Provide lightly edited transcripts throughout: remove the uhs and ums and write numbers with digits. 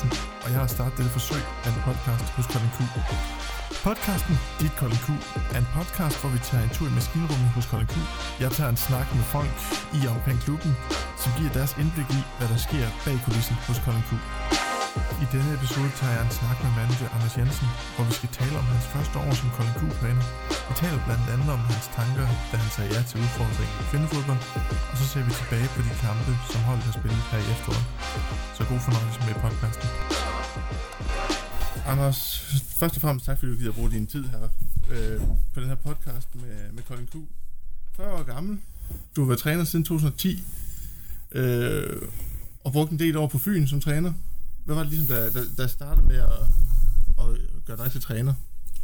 Jensen, og jeg har startet dette forsøg af en podcast hos Kolding Q. Podcasten Dit Kolding Q er en podcast, hvor vi tager en tur i maskinrummet hos Kolding Q. Jeg tager en snak med folk i og omkring klubben, som giver deres indblik i, hvad der sker bag kulissen hos Kolding Q. I denne episode tager jeg en snak med manager Anders Jensen, hvor vi skal tale om hans første år som Kolding Q-træner. Vi taler blandt andet om hans tanker, da han sagde ja til udfordringen i kvindefodbold, og så ser vi tilbage på de kampe, som holdet har spillet her i efteråret. Så god fornøjelse med podcasten. Anders, først og fremmest tak, fordi du gider bruge din tid her på den her podcast med Kolding Q. 40 år gammel. Du har været træner siden 2010 og brugt en del år på Fyn som træner. Hvad var det ligesom, der startede med at gøre dig til træner?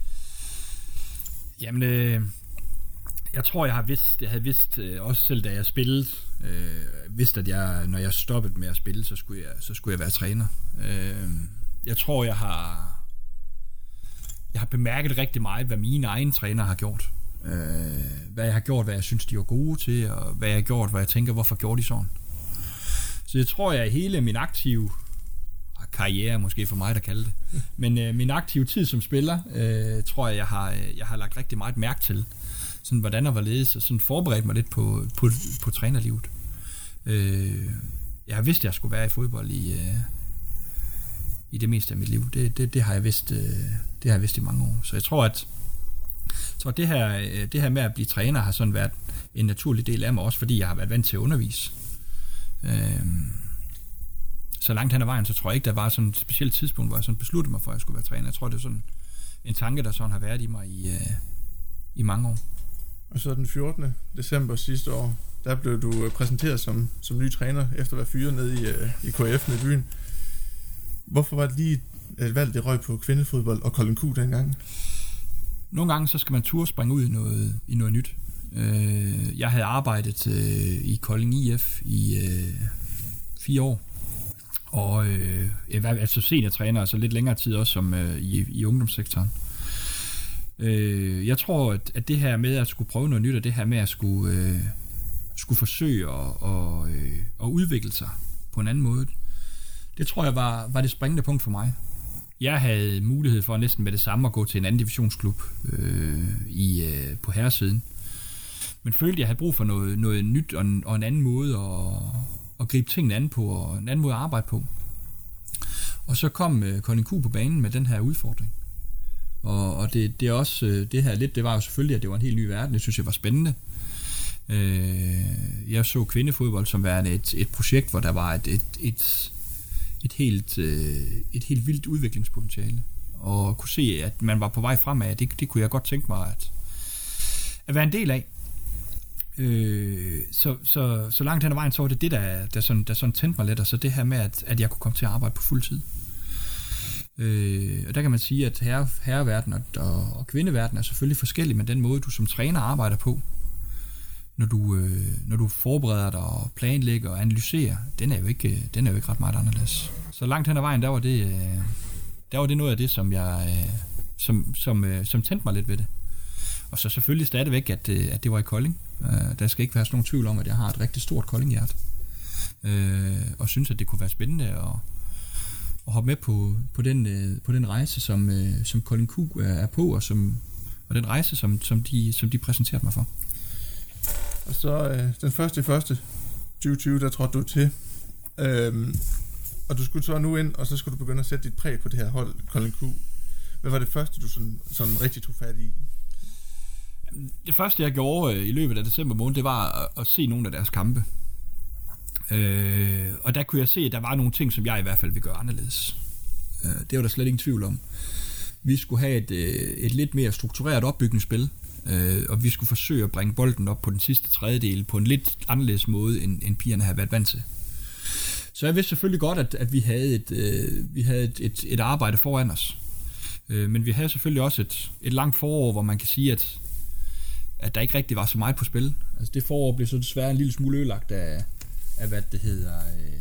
Jamen, jeg tror, jeg havde vidst, også selv da jeg spillede, vidste, at når jeg stoppede med at spille, så skulle jeg være træner. Jeg tror, jeg har bemærket rigtig meget, hvad mine egne trænere har gjort. Hvad jeg har gjort, hvad jeg synes, de var gode til, og hvad jeg har gjort, hvad jeg tænker, hvorfor gjorde de sådan. Så jeg tror, jeg hele min aktive karriere, måske for mig, der kalde det, men min aktive tid som spiller, tror jeg har lagt rigtig meget mærke til, sådan hvordan og hvorledes, og sådan forberedt mig lidt på trænerlivet. Jeg har vidst, at jeg skulle være i fodbold i det meste af mit liv. Det har jeg vidst i mange år. Så jeg tror, at det her med at blive træner har sådan været en naturlig del af mig, også fordi jeg har været vant til at undervise. Så langt hen ad vejen, så tror jeg ikke, der var sådan et specielt tidspunkt, hvor jeg sådan besluttede mig for, at jeg skulle være træner. Jeg tror, det er sådan en tanke, der sådan har været i mig i mange år. Og så den 14. december sidste år, der blev du præsenteret som ny træner, efter at være fyret nede i KF i byen. Hvorfor var det lige et valg, det røg på kvindefodbold og Kolding Q dengang? Nogle gange, så skal man turde springe ud i noget nyt. Jeg havde arbejdet i Kolding IF i 4 år. Og altså seniortræner, altså lidt længere tid også som i ungdomssektoren. Jeg tror, at det her med at skulle prøve noget nyt, og det her med at skulle forsøge at udvikle sig på en anden måde, det tror jeg var det springende punkt for mig. Jeg havde mulighed for næsten med det samme at gå til en anden divisionsklub på herresiden. Men følte, at jeg havde brug for noget nyt og en anden måde at gribe tingene an på, og en anden måde at arbejde på. Og så kom Kolding Q på banen med den her udfordring. Og det er også, det her lidt, det var jo selvfølgelig, at det var en helt ny verden. Det synes jeg var spændende. Jeg så kvindefodbold som værende et projekt, hvor der var et helt vildt udviklingspotentiale. Og kunne se, at man var på vej fremad. Det kunne jeg godt tænke mig at være en del af. Så langt hen ad vejen, så var det der sådan tændte mig lidt, og så det her med, at jeg kunne komme til at arbejde på fuld tid. Og der kan man sige, at herreverden og kvindeverden er selvfølgelig forskellig, men den måde, du som træner arbejder på, når du forbereder dig og planlægger og analyserer, den er jo ikke ret meget anderledes. Så langt hen ad vejen, der var det noget af det, som jeg som tændte mig lidt ved det. Og så selvfølgelig stadigvæk, at det var i Kolding. Der skal ikke være sådan nogen tvivl om, at jeg har et rigtig stort Kolding-hjerte. Og synes, at det kunne være spændende at hoppe med på den rejse, som Kolding Q er på, og den rejse, som de præsenterede mig for. Og så den 1.1.2020, der trådte du til. Og du skulle så nu ind, og så skulle du begynde at sætte dit præg på det her hold, Kolding Q. Hvad var det første, du sådan rigtig tog fat i? Det første, jeg gjorde i løbet af december måned, det var at se nogle af deres kampe. Og der kunne jeg se, at der var nogle ting, som jeg i hvert fald ville gøre anderledes. Det var der slet ingen tvivl om. Vi skulle have et lidt mere struktureret opbygningsspil, og vi skulle forsøge at bringe bolden op på den sidste tredjedel på en lidt anderledes måde, end pigerne havde været vant til. Så jeg vidste selvfølgelig godt, at vi havde et arbejde foran os. Men vi havde selvfølgelig også et langt forår, hvor man kan sige, at der ikke rigtig var så meget på spil. Altså det forår blev så desværre en lille smule ødelagt af hvad det hedder,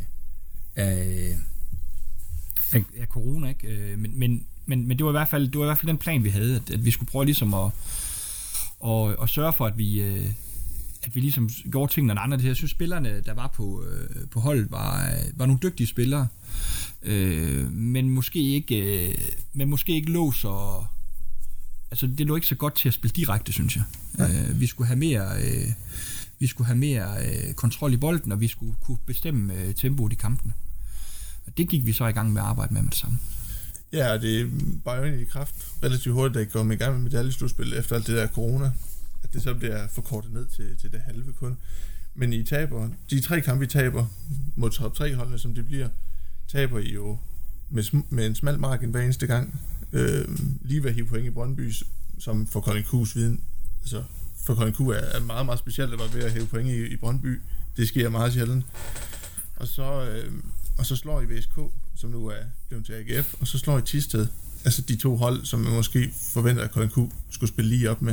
af corona, ikke? Men det var i hvert fald den plan, vi havde, at vi skulle prøve ligesom at sørge for, at vi ligesom gjorde tingene anderledes. Jeg synes, spillerne, der var på holdet, var nogle dygtige spillere, men men måske ikke låser. Altså det lå ikke så godt til at spille direkte, synes jeg. Vi skulle have mere kontrol i bolden, og vi skulle kunne bestemme tempoet i kampene. Og det gik vi så i gang med at arbejde med det samme. Ja, det var jo egentlig i kraft relativt hurtigt, da I kom i gang med medaljeslutspil efter alt det der corona, at det så bliver forkortet ned til det halve kun. Men I taber, de 3 kampe I taber mod top 3 holdene, som det bliver, taber I jo med en smal margin hver eneste gang. Lige ved at hive point i Brøndby, som for Kolding Q's viden, altså for Kolding Q er meget, meget specielt at være ved at hæve point i Brøndby. Det sker meget sjældent. Og så slår I VSK, som nu er blevet til AGF, og så slår I Thisted, altså de 2 hold, som man måske forventer, at Kolding Q skulle spille lige op med.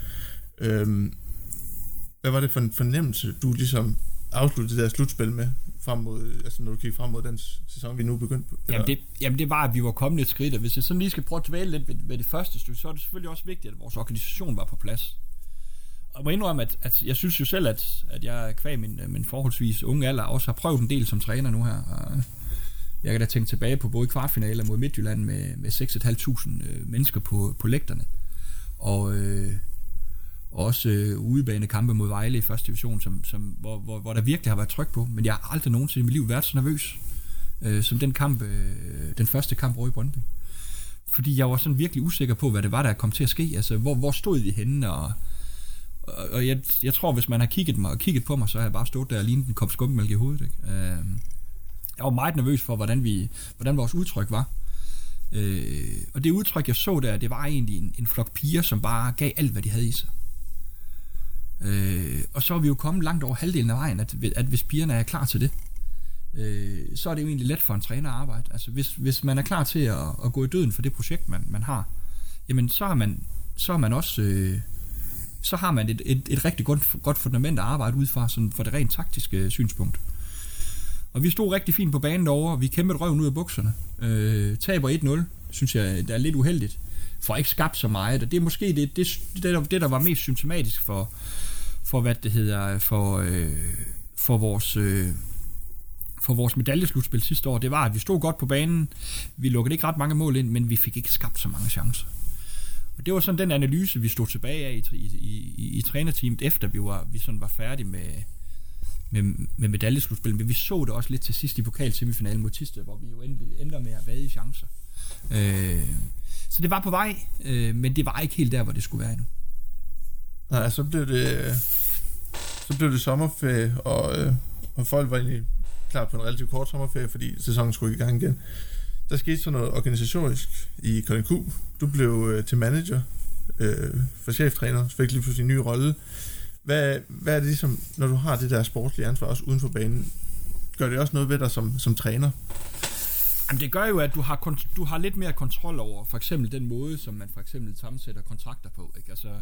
Hvad var det for en fornemmelse, du ligesom afsluttede det der slutspil med, frem mod, altså når du kigger frem mod den sæson, vi nu begyndte på? Jamen det var, at vi var kommet et skridt, og hvis jeg sådan lige skal prøve at dvæle lidt ved det første stykke, så er det selvfølgelig også vigtigt, at vores organisation var på plads. Og jeg må indrømme, at jeg synes jo selv, at jeg kvæg min forholdsvis unge alder også har prøvet en del som træner nu her. Og jeg kan da tænke tilbage på både kvartfinaler mod Midtjylland med 6.500 mennesker på lægterne. Og også udebanekampe mod Vejle i første division, hvor der virkelig har været tryk på. Men jeg har aldrig nogensinde i mit liv været så nervøs som den første kamp over i Brøndby. Fordi jeg var sådan virkelig usikker på, hvad det var, der kom til at ske. Altså, hvor stod vi henne? Og jeg tror, hvis man har kigget på mig, så har jeg bare stået der og lignet en kop skummelmælk i hovedet. Ikke? Jeg var meget nervøs for, hvordan vores udtryk var. Og det udtryk, jeg så der, det var egentlig en flok piger, som bare gav alt, hvad de havde i sig. Og så er vi jo kommet langt over halvdelen af vejen, at hvis pigerne er klar til det, så er det jo egentlig let for en træner at arbejde. Altså hvis man er klar til at gå i døden for det projekt, man har, jamen så har man også... så har man et rigtig godt fundament at arbejde ud fra, sådan for det rent taktiske synspunkt. Og vi stod rigtig fint på banen derovre, og vi kæmpede røven ud af bukserne. Taber 1-0, synes jeg, der er lidt uheldigt, for ikke skabt så meget. Og det er måske det der var mest symptomatisk for hvad det hedder, for vores medaljeslutspil sidste år. Det var, at vi stod godt på banen, vi lukkede ikke ret mange mål ind, men vi fik ikke skabt så mange chancer. Og det var sådan den analyse, vi stod tilbage af i trænerteamet, efter vi sådan var færdige med medaljeslutspil. Men vi så det også lidt til sidst i pokalsemifinalen mod Thisted, hvor vi jo endte med at vade i chancer. Så det var på vej, men det var ikke helt der, hvor det skulle være endnu. Nej, så blev det sommerferie, og folk var egentlig klar på en relativt kort sommerferie, fordi sæsonen skulle i gang igen. Der skete sådan noget organisatorisk i Kolding Q. Du blev til manager for cheftræner, så fik lige pludselig en ny rolle. Hvad er det ligesom, når du har det der sportslige ansvar også uden for banen, gør det også noget ved dig som træner? Jamen det gør jo, at du har lidt mere kontrol over for eksempel den måde, som man for eksempel sammensætter kontrakter på. Ikke? Altså,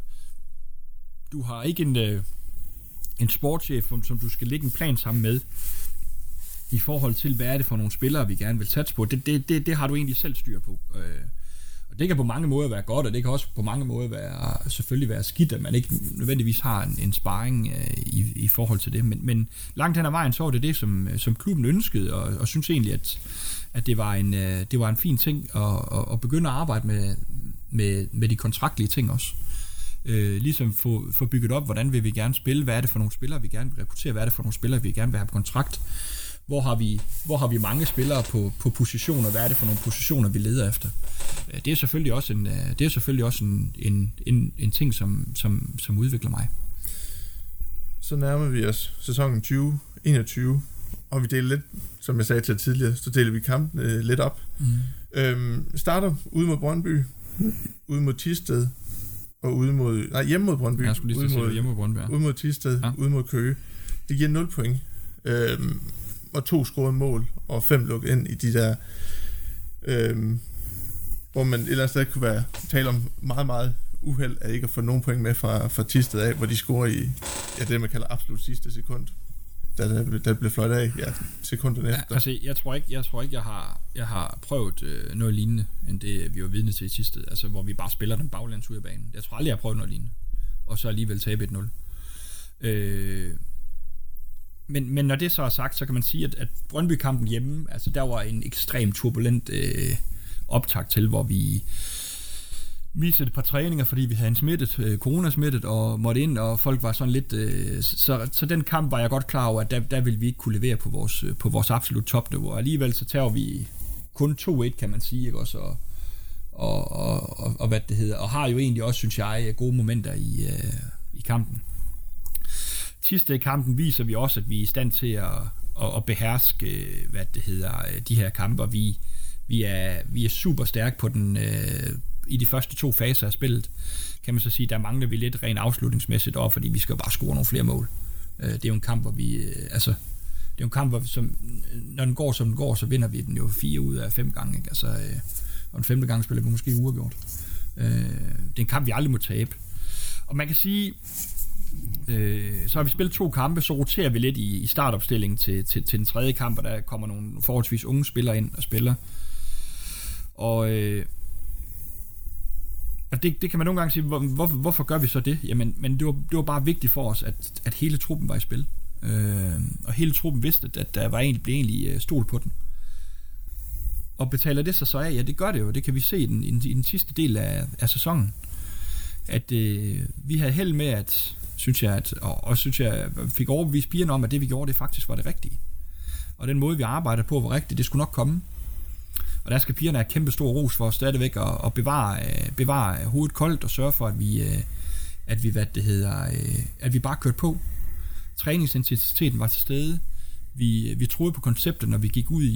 du har ikke en sportschef, som du skal lægge en plan sammen med, i forhold til, hvad er det for nogle spillere, vi gerne vil satse på. Det har du egentlig selv styr på. Og det kan på mange måder være godt, og det kan også på mange måder selvfølgelig være skidt, at man ikke nødvendigvis har en sparring i forhold til det. Men langt hen ad vejen, så var det som klubben ønskede, og synes egentlig, at det var en fin ting at begynde at arbejde med de kontraktlige ting også. Ligesom få bygget op, hvordan vil vi gerne spille, hvad er det for nogle spillere, vi gerne vil rekruttere, hvad er det for nogle spillere, vi gerne vil have på kontrakt, hvor har vi mange spillere på positioner, hvad er det for nogle positioner, vi leder efter. Det er selvfølgelig også en ting, som udvikler mig. Så nærmer vi os sæsonen 2021, og vi deler lidt, som jeg sagde til tidligere, så deler vi kampen lidt op. Starter ude mod Brøndby, ude mod Thisted, og hjemme mod Brøndby. Jeg skulle lige sige hjemme mod Brøndby. Ja. Ude mod Thisted, ude mod Køge. Det giver 0 point. Og 2 scorede mål, og 5 lukket ind i de der, hvor man et eller andet sted kunne tale om meget, meget uheld, at ikke at få nogen point med fra Thisted af, hvor de scorer i det, man kalder absolut sidste sekund, da blev fløjt af, sekunden efter. Altså, jeg tror ikke, jeg har prøvet noget lignende, end det, vi var vidne til i Thisted, altså, hvor vi bare spiller den baglæns ud af banen. Jeg tror aldrig, jeg har prøvet noget lignende, og så alligevel tabe 1-0. Men når det så er sagt, så kan man sige, at Brøndby-kampen hjemme, altså der var en ekstremt turbulent optakt til, hvor vi missede et par træninger, fordi vi havde en smittet, coronasmittet, og måtte ind, og folk var sådan lidt... Så den kamp var jeg godt klar over, at der ville vi ikke kunne levere på vores absolut topniveau. Alligevel så tager vi kun 2-1, kan man sige, ikke også? Og hvad det hedder, og har jo egentlig også, synes jeg, gode momenter i kampen. Sidste i kampen viser vi også, at vi er i stand til at beherske, hvad det hedder, de her kamper. Vi er super stærke på den i de første 2 faser af spillet. Kan man så sige, der mangler vi lidt rent afslutningsmæssigt op, fordi vi skal bare score nogle flere mål. Det er jo en kamp, hvor vi det er jo en kamp, hvor som, når den går som den går, så vinder vi den jo 4 ud af 5 gange, ikke? Altså, og den 5. gang spiller vi måske uafgjort. Det er en kamp, vi aldrig må tabe. Og man kan sige, så har vi spillet 2 kampe, så roterer vi lidt i startopstillingen til den 3. kamp, og der kommer nogle forholdsvis unge spillere ind og spiller. Og det kan man nogle gange sige, hvorfor gør vi så det? Jamen, men det var bare vigtigt for os, at hele truppen var i spil. Og hele truppen vidste, at der blev egentlig stol på den. Og betaler det så af? Ja, det gør det jo. Det kan vi se i den sidste del af sæsonen. At vi havde held med, at synes jeg, fik overbevist pigerne om, at det vi gjorde, det faktisk var det rigtige. Og den måde, vi arbejdede på, var rigtigt. Det skulle nok komme. Og der skal pigerne have kæmpe stor ros for stadigvæk at bevare hovedet koldt og sørge for, at vi bare kørte på. Træningsintensiteten var til stede. Vi troede på konceptet, når vi gik ud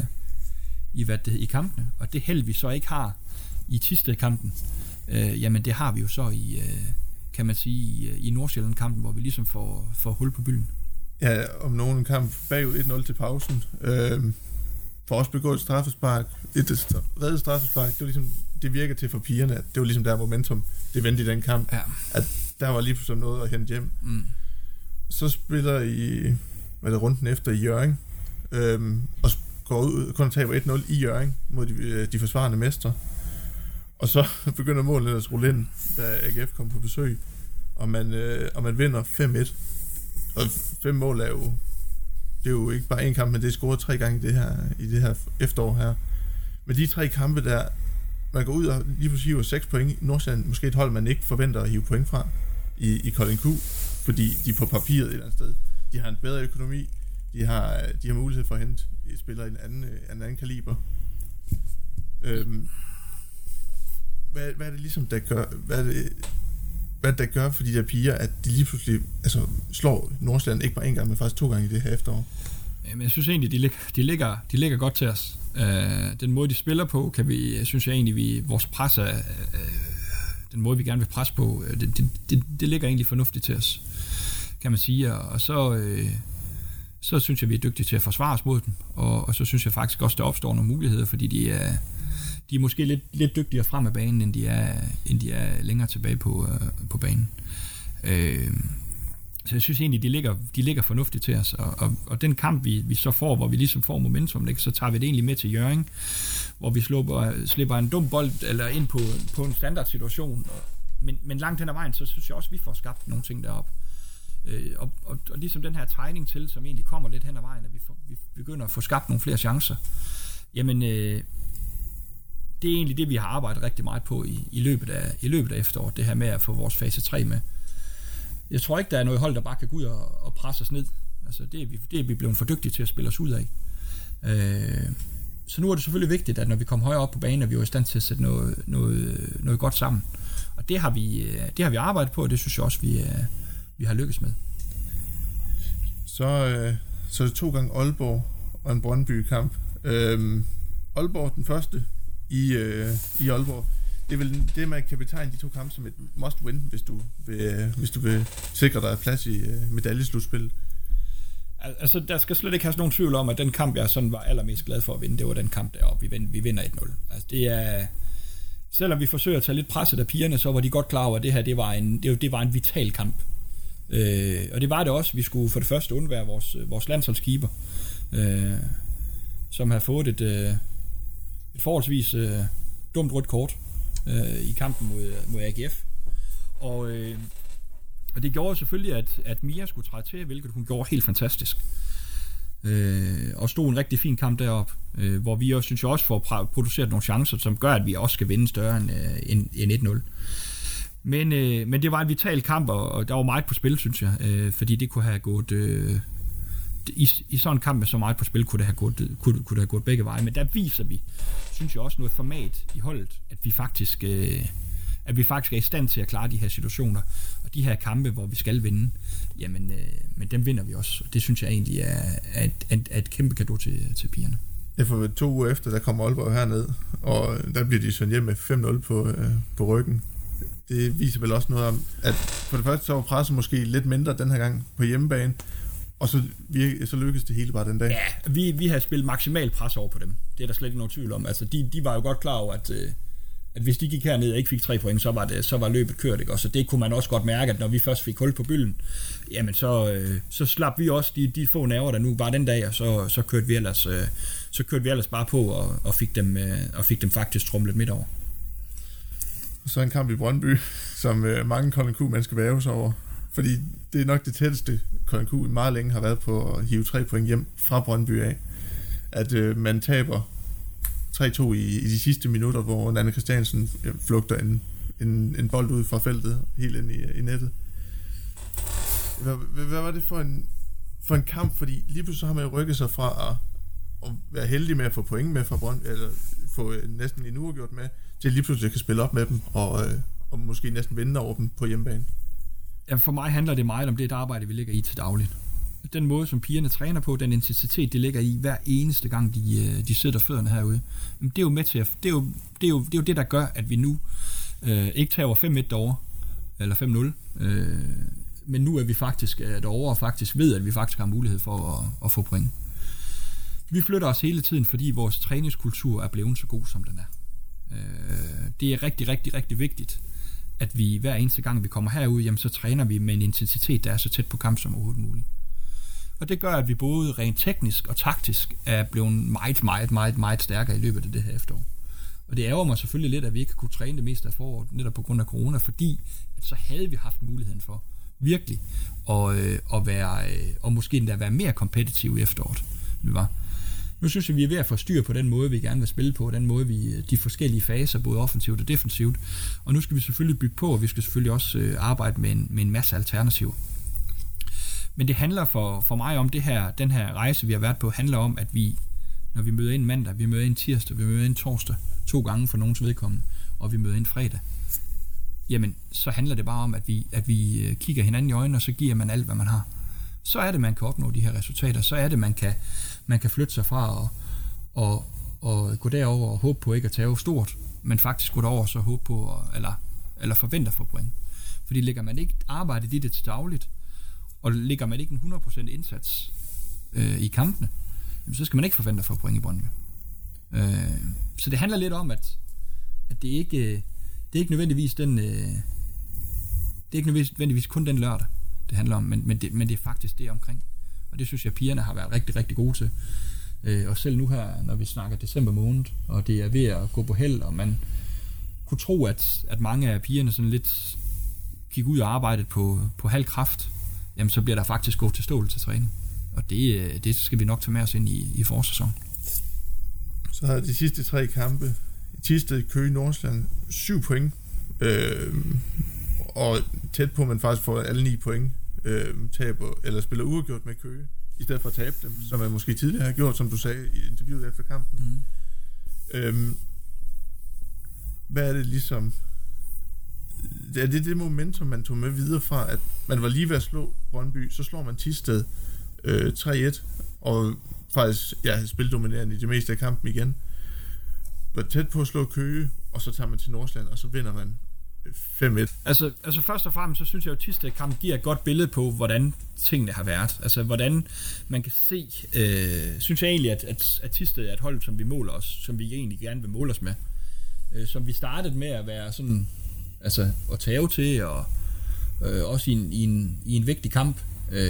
i kampene. Og det held, vi så ikke har i Thisted-kampen, jamen det har vi jo så kan man sige, i Nordsjælland-kampen, hvor vi ligesom får hul på bylden. Ja, om nogen kamp bagud 1-0 til pausen. For os begået et straffespark, et reddet straffespark, det var ligesom, det virker til for pigerne, at det var ligesom der momentum, det vendte i den kamp, ja. At der var lige pludselig noget at hente hjem. Så spiller I runden efter i Hjørring, og går ud, kun taber 1-0 i Hjørring mod de forsvarende mestre. Og så begynder målet at rulle ind, da AGF kommer på besøg, og man vinder 5-1. Og 5 mål det er jo ikke bare 1 kamp, men det er scoret 3 gange i det her efterår her. Men de 3 kampe der, man går ud og lige pludselig hiver 6 point. Nordsjælland måske et hold, man ikke forventer at hive point fra i Kolding Q, fordi de på papiret et eller andet sted, de har en bedre økonomi, de har mulighed for at hente spillere i en anden kaliber. Hvad er det ligesom, der gør, hvad der gør for de der piger, at de lige pludselig slår Nordsjælland ikke bare 1 gang, men faktisk 2 gange i det her efterår? Jamen, jeg synes egentlig, de ligger godt til os. Den måde, de spiller på, synes jeg egentlig, vores pres er, den måde, vi gerne vil presse på, det ligger egentlig fornuftigt til os, kan man sige. Og så synes jeg, vi er dygtige til at forsvare os mod dem, og så synes jeg faktisk også, der opstår nogle muligheder, fordi de er måske lidt dygtigere frem af banen, end de er længere tilbage på banen. Så jeg synes egentlig, de ligger fornuftigt til os. Og den kamp, vi så får, hvor vi ligesom får momentum, ikke, så tager vi det egentlig med til Hjørring, hvor vi slipper en dum bold eller ind på en standardsituation. Men langt hen ad vejen, så synes jeg også, vi får skabt nogle ting deroppe. Og ligesom den her tegning til, som egentlig kommer lidt hen ad vejen, at vi begynder at få skabt nogle flere chancer. Jamen... det er egentlig det, vi har arbejdet rigtig meget på i løbet af efteråret, det her med at få vores fase 3 med. Jeg tror ikke, der er noget hold, der bare kan gå ud og presse os ned. Altså, det er vi blevet for dygtige til at spille os ud af. Så nu er det selvfølgelig vigtigt, at når vi kommer højere op på banen, at vi er i stand til at sætte noget godt sammen. Og det har vi arbejdet på, og det synes jeg også, vi har lykkes med. Så er det 2 gange Aalborg og en Brøndby-kamp. Aalborg den første i Aalborg. Det er vel det, man kan betegne de 2 kampe som et must-win, hvis du vil sikre dig plads i medaljeslutspil. Altså, der skal slet ikke have nogen tvivl om, at den kamp, jeg sådan var allermest glad for at vinde, det var den kamp deroppe. Vi vinder 1-0. Altså, det er... Selvom vi forsøger at tage lidt presset af pigerne, så var de godt klar over, at det her, det var en vital kamp. Og det var det også. Vi skulle for det første undvære vores landsholdskeeper, som havde fået et forholdsvis dumt rødt kort i kampen mod AGF. Og det gjorde selvfølgelig, at Mia skulle træde til, hvilket hun gjorde helt fantastisk. Og stod en rigtig fin kamp deroppe, hvor vi også, synes jeg, også får produceret nogle chancer, som gør, at vi også skal vinde større end 1-0. Men det var en vital kamp, og der var meget på spil, synes jeg, fordi det kunne have gået... I sådan en kamp med så meget på spil, kunne det have gået begge veje. Men der viser vi, synes jeg, også noget format i holdet, at vi faktisk er i stand til at klare de her situationer, og de her kampe, hvor vi skal vinde, jamen, men dem vinder vi også. Det synes jeg egentlig er et kæmpe cadeau til pigerne. Ja, for 2 uger efter, der kommer Aalborg herned, og der bliver de sendt hjem med 5-0 på ryggen. Det viser vel også noget om, at for det første så var presset måske lidt mindre den her gang på hjemmebane, og så lykkedes det hele bare den dag. Ja, vi har spillet maksimal pres over på dem. Det er der slet ikke nogen tvivl om. Altså, de var jo godt klar over, at hvis de gik herned og ikke fik 3 point, så var løbet kørt, ikke? Og så det kunne man også godt mærke, at når vi først fik hul på bylden, jamen så slap vi også de få nerver, der nu var den dag, og så kørte vi ellers bare på og fik dem faktisk trumlet midt over. Og så en kamp i Brøndby, som mange Kolding Q-mænd skal væve sig over. Fordi det er nok det tætteste Kolding Q i meget længe har været på at hive 3 point hjem fra Brøndby af. At man taber 3-2 i de sidste minutter, hvor Nanne Christiansen flugter en bold ud fra feltet helt ind i nettet. Hvad var det for en kamp? Fordi lige pludselig har man jo rykket sig fra at være heldig med at få point med fra Brøndby, eller få næsten en uafgjort med, til lige pludselig kan spille op med dem, og måske næsten vinde over dem på hjemmebane. Jamen for mig handler det meget om det arbejde, vi ligger i til dagligt. Den måde, som pigerne træner på, den intensitet, de ligger i hver eneste gang, de sætter fødderne herude. Det er jo med til det er jo det, der gør, at vi nu ikke tager 5-1 derovre, eller 5-0, men nu er vi faktisk derovre og faktisk ved, at vi faktisk har mulighed for at få point. Vi flytter os hele tiden, fordi vores træningskultur er blevet så god, som den er. Det er rigtig, rigtig, rigtig vigtigt, at vi hver eneste gang, vi kommer herud, jamen, så træner vi med en intensitet, der er så tæt på kamp som overhovedet muligt. Og det gør, at vi både rent teknisk og taktisk er blevet meget, meget, meget, meget stærkere i løbet af det her efterår. Og det ærger mig selvfølgelig lidt, at vi ikke kunne træne det meste af foråret, netop på grund af corona, fordi at så havde vi haft muligheden for virkelig at være, og måske endda være mere kompetitive i efteråret, vi var. Nu synes jeg, vi er ved at få styr på den måde, vi gerne vil spille på, den måde, de forskellige faser, både offensivt og defensivt. Og nu skal vi selvfølgelig bygge på, og vi skal selvfølgelig også arbejde med en masse alternativer. Men det handler for mig om den her rejse, vi har været på, handler om, at vi, når vi møder ind mandag, vi møder ind tirsdag, vi møder ind torsdag, 2 gange for nogens vedkommende, og vi møder ind fredag, jamen, så handler det bare om, at vi kigger hinanden i øjnene, og så giver man alt, hvad man har. Så er det, man kan opnå de her resultater. Så er det, man kan flytte sig fra og gå derover og håbe på ikke at tage stort, men faktisk gå derover og så håbe på, eller forvente for point. Fordi lægger man ikke arbejdet i det til dagligt, og lægger man ikke en 100% indsats i kampene, så skal man ikke forvente for point i Brøndby. Så det handler lidt om, at det ikke er nødvendigvis kun den lørdag, det handler om, men det er faktisk det omkring. Og det synes jeg, pigerne har været rigtig, rigtig gode til. Og selv nu her, når vi snakker december måned, og det er ved at gå på held, og man kunne tro, at mange af pigerne sådan lidt gik ud og arbejdede på halv kraft, jamen så bliver der faktisk gået til stål til træning. Og det skal vi nok tage med os ind i forsæsonen. Så har de sidste 3 kampe i Thisted, Køge, Nordsjælland 7 point. Og tæt på, at man faktisk får alle 9 point, taber, eller spiller uafgjort med Køge, i stedet for at tabe dem, som man måske tidligere har gjort, som du sagde i interviewet efter kampen. Hvad er det ligesom... Er det momentum, man tog med videre fra, at man var lige ved at slå Brøndby, så slår man Thisted 3-1, og faktisk spildominerende i det meste af kampen igen. Var tæt på at slå Køge, og så tager man til Nordsjælland, og så vinder man 5-1. Altså først og fremmest, så synes jeg jo, at Thisted-kampen giver et godt billede på, hvordan tingene har været. Altså, hvordan man kan se, synes jeg egentlig, at Thisted er et hold, som vi måler os, som vi egentlig gerne vil måle os med. Som vi startede med at være sådan, altså, at tage til, og også i en vigtig kamp.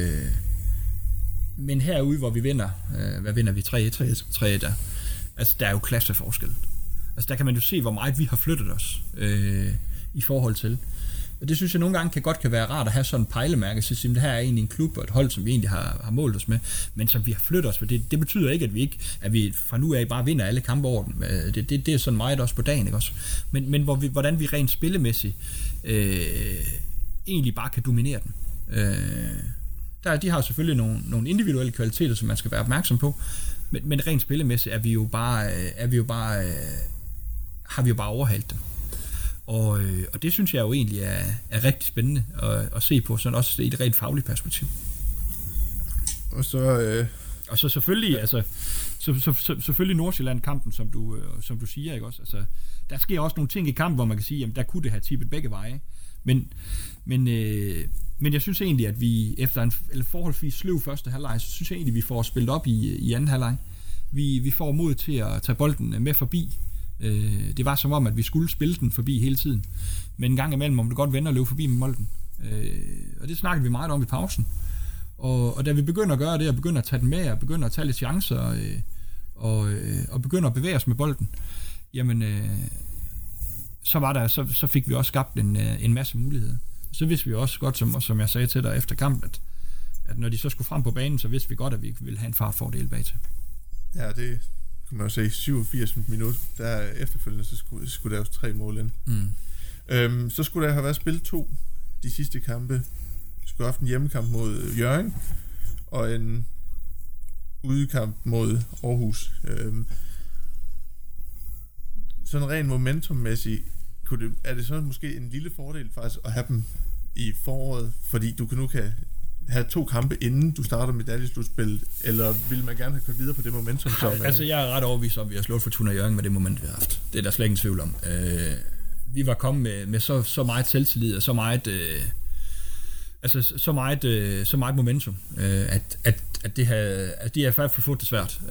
Men herude, hvor vi vinder, hvad vinder vi? 3-1 der. Altså, der er jo klasseforskel. Altså, der kan man jo se, hvor meget vi har flyttet os i forhold til. Og det synes jeg nogle gange kan være rart at have sådan en pejlemærke, så det her er egentlig en klub og et hold, som vi egentlig har målt os med, men som vi har flyttet os, for det betyder ikke, at vi fra nu af bare vinder alle kampe over den. Det er sådan meget også på dagen, ikke også? Men hvordan vi rent spillemæssigt egentlig bare kan dominere den. De har selvfølgelig nogle individuelle kvaliteter, som man skal være opmærksom på, men rent spillemæssigt har vi jo bare overhalt dem. Og det synes jeg jo egentlig er rigtig spændende at se på, sådan også i et rent fagligt perspektiv. Og så selvfølgelig, altså selvfølgelig Nordsjælland-kampen, som du siger, ikke også? Altså, der sker også nogle ting i kampen, hvor man kan sige, jamen der kunne det have tippet begge veje. Men jeg synes egentlig, at vi efter en forholdsvis sløv første halvleg, så synes jeg egentlig, at vi får spillet op i anden halvleg. Vi får mod til at tage bolden med forbi. Det var som om, at vi skulle spille den forbi hele tiden. Men en gang imellem må man godt vende og løbe forbi med bolden. Og det snakkede vi meget om i pausen. Og da vi begynder at gøre det, og begynder at tage den med, og begynder at tage lidt chancer, og begynder at bevæge os med bolden, jamen, så fik vi også skabt en masse muligheder. Så vidste vi også godt, som jeg sagde til dig efter kampen, at når de så skulle frem på banen, så vidste vi godt, at vi ville have en fartfordel bag til. Ja, det kan man jo se 87 minutter. Der efterfølgende, så skulle der jo 3 mål ind. Så skulle der have været spillet 2 de sidste kampe. Vi skulle have haft en hjemmekamp mod Hjørring, og en udekamp mod Aarhus. Sådan rent momentummæssigt, er det så måske en lille fordel faktisk at have dem i foråret, fordi du nu kan have 2 kampe, inden du starter medaljeslutspillet, eller vil man gerne have kørt videre på det momentum? Altså, jeg er ret overbevist om, at vi har slået Fortuna Hjørring med det moment, vi har haft. Det er der slet ingen tvivl om. Vi var kommet med så meget selvtillid, og så meget momentum, at de har i hvert fald fået det svært.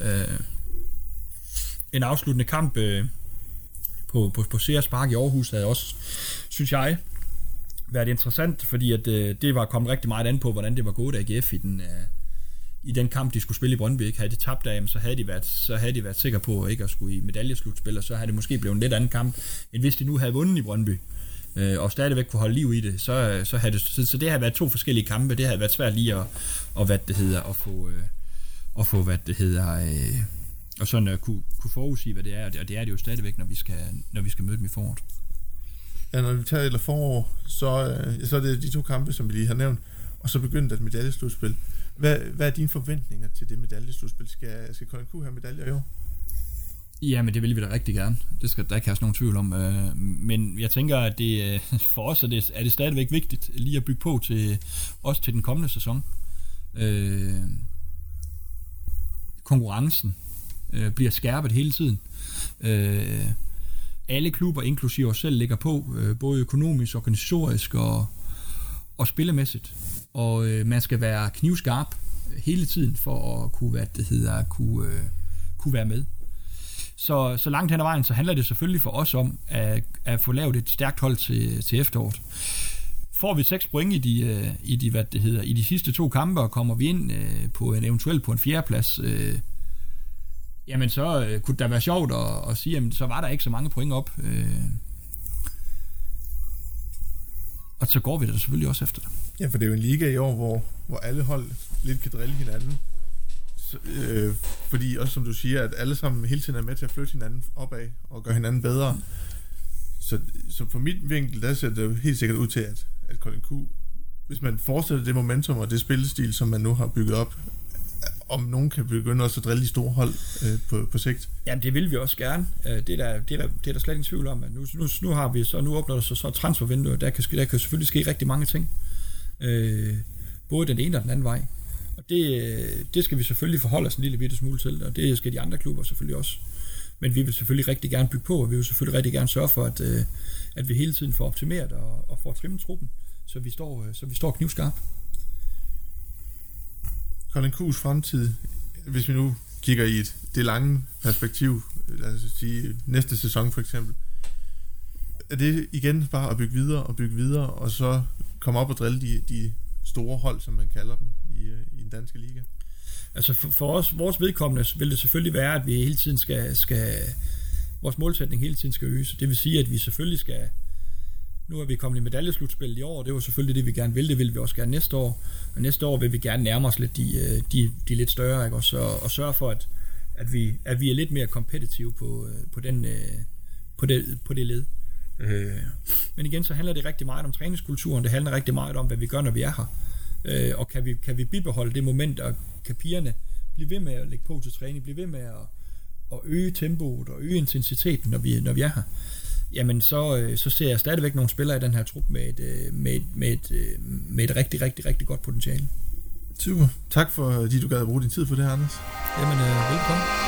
En afsluttende kamp på Sears Park i Aarhus havde også, synes jeg, været interessant, fordi at det var kommet rigtig meget an på, hvordan det var gået af AGF i den kamp, de skulle spille i Brøndby. Ikke? Havde de tabt af, så havde de været sikre på ikke at skulle i medaljeslutspil, og så havde det måske blevet en lidt anden kamp, end hvis de nu havde vundet i Brøndby, og stadigvæk kunne holde liv i det. Så det havde været 2 forskellige kampe. Det havde været svært lige at få og sådan at kunne forudsige, hvad det er, og det er det jo stadigvæk, når vi skal møde dem i foråret. Ja, når vi tager forår, så er det de 2 kampe, som vi lige har nævnt, og så begyndte et medaljeslutspil. Hvad er dine forventninger til det medaljeslutspil? Skal Kolding Q have medaljer i år? Ja, men det vil vi da rigtig gerne. Det skal der ikke have nogen tvivl om. Men jeg tænker, at det, for os er det stadigvæk vigtigt lige at bygge på også til den kommende sæson. Konkurrencen bliver skærpet hele tiden. Alle klubber, inklusive os selv, ligger på, både økonomisk, organisatorisk og spillemæssigt. Og man skal være knivskarp hele tiden for at kunne være med. Så langt hen ad vejen, så handler det selvfølgelig for os om at få lavet et stærkt hold til efteråret. Får vi 6 point i de sidste 2 kampe, og kommer vi ind eventuelt på en 4. plads, jamen så kunne det være sjovt at sige, jamen så var der ikke så mange point op. Og så går vi da selvfølgelig også efter det. Ja, for det er jo en liga i år, hvor alle hold lidt kan drille hinanden. Fordi også som du siger, at alle sammen hele tiden er med til at flytte hinanden opad og gøre hinanden bedre. Så for mit vinkel, der ser det jo helt sikkert ud til, at Kolding Q, hvis man fortsætter det momentum og det spillestil, som man nu har bygget op, om nogen kan begynde også at drille de store hold på sigt. Jamen det vil vi også gerne. Det er der slet ingen tvivl om, at nu har vi så, nu åbner der så et transfervindue, og der kan selvfølgelig ske rigtig mange ting. Både den ene og den anden vej. Og det skal vi selvfølgelig forholde os en lille bitte smule til, og det skal de andre klubber selvfølgelig også. Men vi vil selvfølgelig rigtig gerne bygge på, og vi vil selvfølgelig rigtig gerne sørge for, at vi hele tiden får optimeret og får trimmet truppen, så vi står knivskarp. Kolding Q's fremtid, hvis vi nu kigger i det lange perspektiv, lad os sige næste sæson for eksempel, er det igen bare at bygge videre, og så komme op og drille de store hold, som man kalder dem i den danske liga? Altså for os, vores vedkommende, vil det selvfølgelig være, at vi hele tiden skal vores målsætning hele tiden skal øges. Det vil sige, at vi selvfølgelig Nu er vi kommet i medaljeslutspillet i år, og det var selvfølgelig det, vi gerne vil. Det vil vi også gerne næste år. Og næste år vil vi gerne nærme os lidt de lidt større, ikke? Og sørge for, at vi er lidt mere kompetitive på det led. Men igen, så handler det rigtig meget om træningskulturen. Det handler rigtig meget om, hvad vi gør, når vi er her. Og kan vi bibeholde det moment, og kan pigerne blive ved med at lægge på til træning, blive ved med at øge tempoet og øge intensiteten, når vi er her, jamen så ser jeg stadigvæk nogle spillere i den her trup med et rigtig, rigtig, rigtig godt potentiale. Super. Tak fordi du gad at bruge din tid på det her, Anders. Jamen, velkommen.